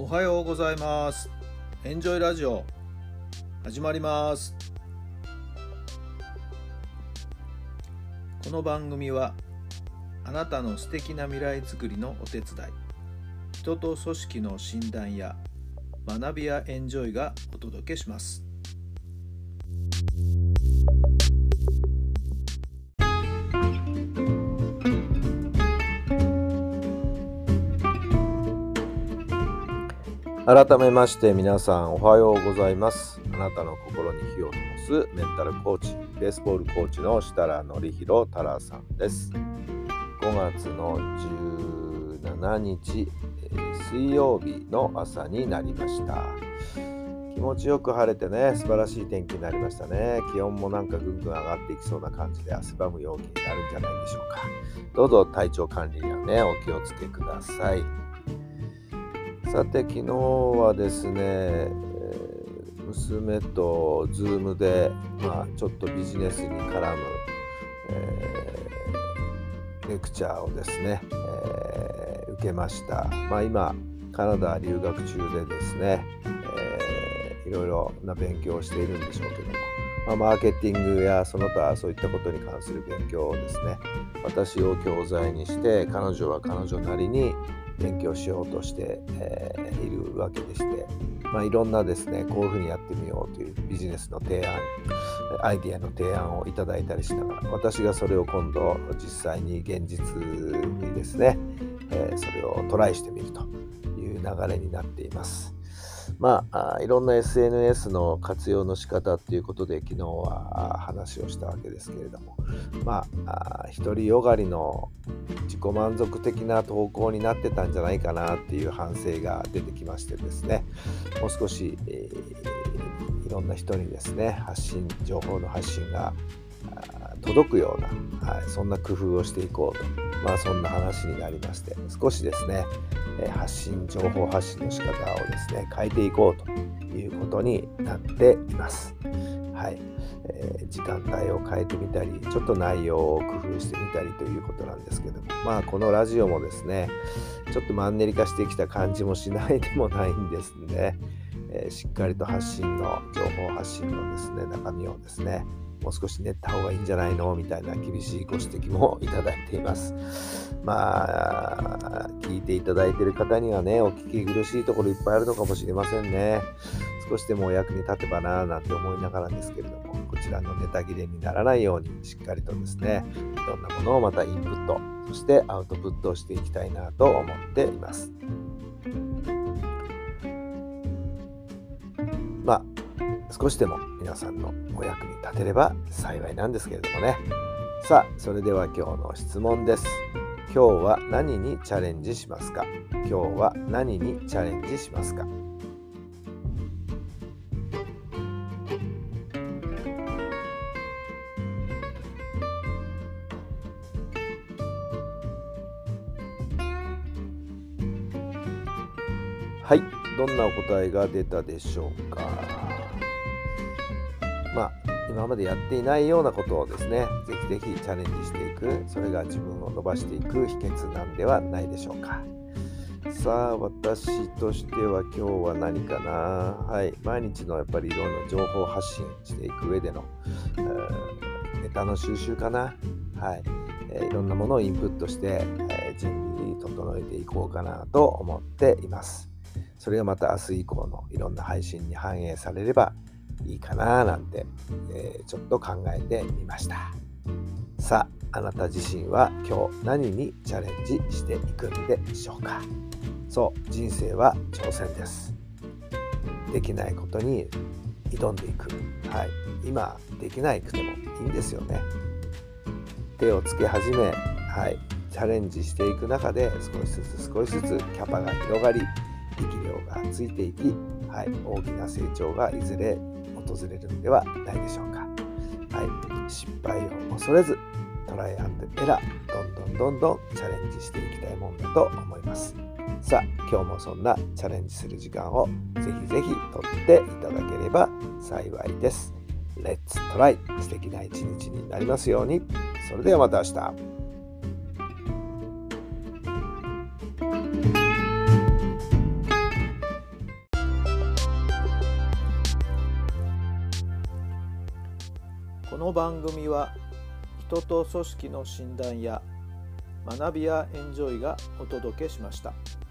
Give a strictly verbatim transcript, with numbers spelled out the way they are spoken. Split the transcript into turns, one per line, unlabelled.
おはようございます。エンジョイラジオ始まります。この番組はあなたの素敵な未来づくりのお手伝い、人と組織の診断や学びやエンジョイがお届けします。改めまして皆さんおはようございます。あなたの心に火を灯すメンタルコーチ、ベースボールコーチの設楽範弘太良さんです。ごがつのじゅうしちにち、えー、水曜日の朝になりました。気持ちよく晴れてね、素晴らしい天気になりましたね。気温もなんかぐんぐん上がっていきそうな感じで汗ばむ陽気になるんじゃないでしょうか。どうぞ体調管理にはねお気をつけください。さて、昨日はですね、えー、娘とズームで、まあ、ちょっとビジネスに絡む、えー、レクチャーをですね、えー、受けました。まあ、今カナダ留学中でですね、えー、いろいろな勉強をしているんでしょうけども、まあ、マーケティングやその他そういったことに関する勉強をですね、私を教材にして彼女は彼女なりに勉強しようとして、えー、いるわけでして、まあ、いろんなですね、こういうふうにやってみようというビジネスの提案、アイディアの提案をいただいたりしながら、私がそれを今度実際に現実にですね、えー、それをトライしてみるという流れになっています。まあ、いろんな エスエヌエス の活用の仕方っていうことで昨日は話をしたわけですけれども、まあ、独りよがりの自己満足的な投稿になってたんじゃないかなっていう反省が出てきましてですね、もう少し、えー、いろんな人にですね発信情報の発信が届くような、はい、そんな工夫をしていこうと、まあそんな話になりまして、少しですね発信情報発信の仕方をですね変えていこうということになっています。はい、えー、時間帯を変えてみたり、ちょっと内容を工夫してみたりということなんですけども、まあこのラジオもですねちょっとマンネリ化してきた感じもしないでもないんですね、えー、しっかりと発信の情報発信のですね中身をですねもう少し練った方がいいんじゃないのみたいな厳しいご指摘もいただいています。まあ聞いていただいている方にはねお聞き苦しいところいっぱいあるのかもしれませんね。少しでもお役に立てばななんて思いながらですけれども、こちらのネタ切れにならないようにしっかりとですねいろんなものをまたインプット、そしてアウトプットをしていきたいなと思っています。まあ少しでも皆さんのお役に立てれば幸いなんですけれどもね。さあ、それでは今日の質問です。今日は何にチャレンジしますか？今日は何にチャレンジしますか？はい、どんなお答えが出たでしょうか。まあ今までやっていないようなことをですねぜひぜひチャレンジしていく、それが自分を伸ばしていく秘訣なんではないでしょうか。さあ、私としては今日は何かな。はい、毎日のやっぱりいろんな情報発信していく上での、えー、ネタの収集かな。はい、えー、いろんなものをインプットして、えー、準備に整えていこうかなと思っています。それがまた明日以降のいろんな配信に反映されればいいかななんて、えー、ちょっと考えてみました。さあ、あなた自身は今日何にチャレンジしていくんでしょうか。そう、人生は挑戦です。できないことに挑んでいく。はい、今できないくてもいいんですよね。手をつけ始め、はい、チャレンジしていく中で少しずつ少しずつキャパが広がり、力量がついていき、はい、大きな成長がいずれ訪れるのではないでしょうか。はい、失敗を恐れずトライアンドエラー、どんどんどんどんチャレンジしていきたいもんだと思います。さあ、今日もそんなチャレンジする時間をぜひぜひとっていただければ幸いです。レッツトライ、素敵な一日になりますように。それではまた明日。
この番組は人と組織の診断や学びやエンジョイがお届けしました。